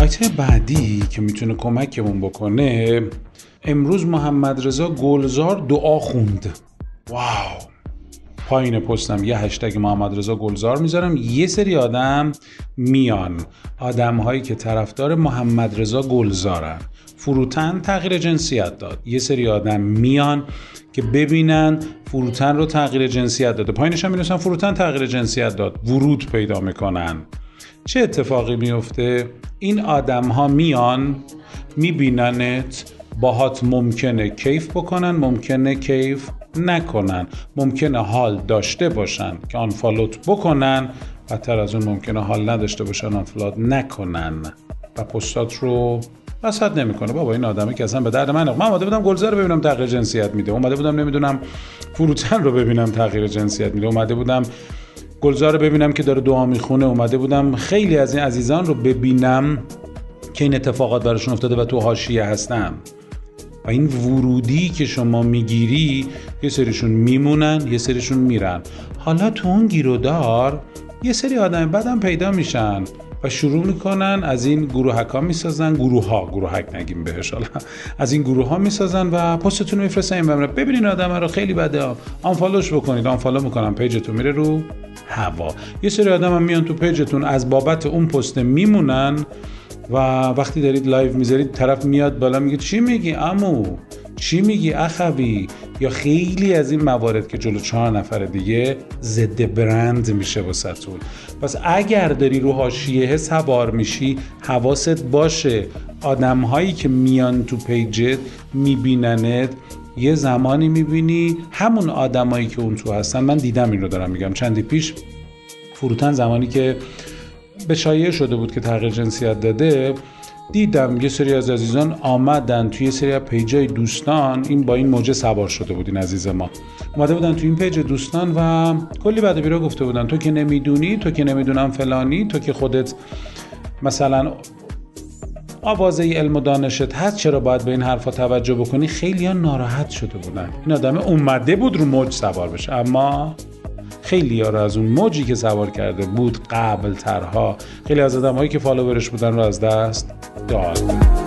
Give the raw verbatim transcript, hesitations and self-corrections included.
آیتم بعدی که میتونه کمکمون بکنه، امروز محمد رضا گلزار دعا خوند. واو. پایین پستم یه هشتگ محمد رضا گلزار میذارم، یه سری آدم میان، آدم هایی که طرفدار محمد رضا گلزارن. فروتن تغییر جنسیت داد، یه سری آدم میان که ببینن فروتن رو تغییر جنسیت داده، پایینش هم می‌نویسن فروتن تغییر جنسیت داد، ورود پیدا میکنن. چه اتفاقی میفته؟ این آدم ها میان میبیننت، باهات ممکنه کیف بکنن، ممکنه کیف نکنن، ممکنه حال داشته باشن که آنفالوت بکنن، بدتر از اون ممکنه حال نداشته باشن آنفالوت نکنن و پستات رو وسط نمیکنه. بابا این آدمی که اصلا به درد من من اومده بودم گلزار رو ببینم تغییر جنسیت میده، اومده بودم نمیدونم فروتن رو ببینم تغییر جنسیت میده، اومده بودم گلزار رو ببینم که داره دعا میخونه، اومده بودم خیلی از این عزیزان رو ببینم که این اتفاقات براشون افتاده و تو حاشیه هستم. و این ورودی که شما میگیری، یه سریشون میمونن، یه سریشون میرن. حالا تو اون گیرودار یه سری آدم بعدم پیدا میشن و شروع میکنن از این گروهک ها میسازن، گروه ها گروهک نگیم بهش، حالا از این گروه ها میسازن و پستتون رو میفرستن این ببینید ببینین آدم رو خیلی بده، آنفالوش بکنید، آنفالو میکنن، پیجتون میره رو هوا. یه سری آدم هم میان تو پیجتون از بابت اون پست میمونن و وقتی دارید لایو میذارید طرف میاد بالا میگه چی میگی عمو، چی میگی اخوی، یا خیلی از این موارد که جلو چهار نفر دیگه ضد برند میشه واسهتون. پس اگر داری رو حاشیه سوار میشی حواست باشه آدم هایی که میان تو پیجت میبیننت، یه زمانی میبینی همون آدمایی که اون تو هستن. من دیدم این رو دارم میگم، چندی پیش فروتن زمانی که به شایعه شده بود که تغییر جنسیت داده، دیدم یه سری از عزیزان آمدن توی سری از پیجای دوستان، این با این موجه سوار شده بود این عزیز ما، اومده بودن توی این پیج دوستان و کلی بعد بیرا گفته بودن تو که نمیدونی، تو که نمیدونم فلانی، تو که خودت مثلا آوازه علم و دانشت هست چرا باید به این حرفا توجه بکنی. خیلی ها ناراحت شده بودن. این آدم اومده بود رو موج سوار بشه، اما خیلی ها رو از اون موجی که سوار کرده بود قبل ترها، خیلی از آدم هایی که فالوورش بودن رو از دست داد.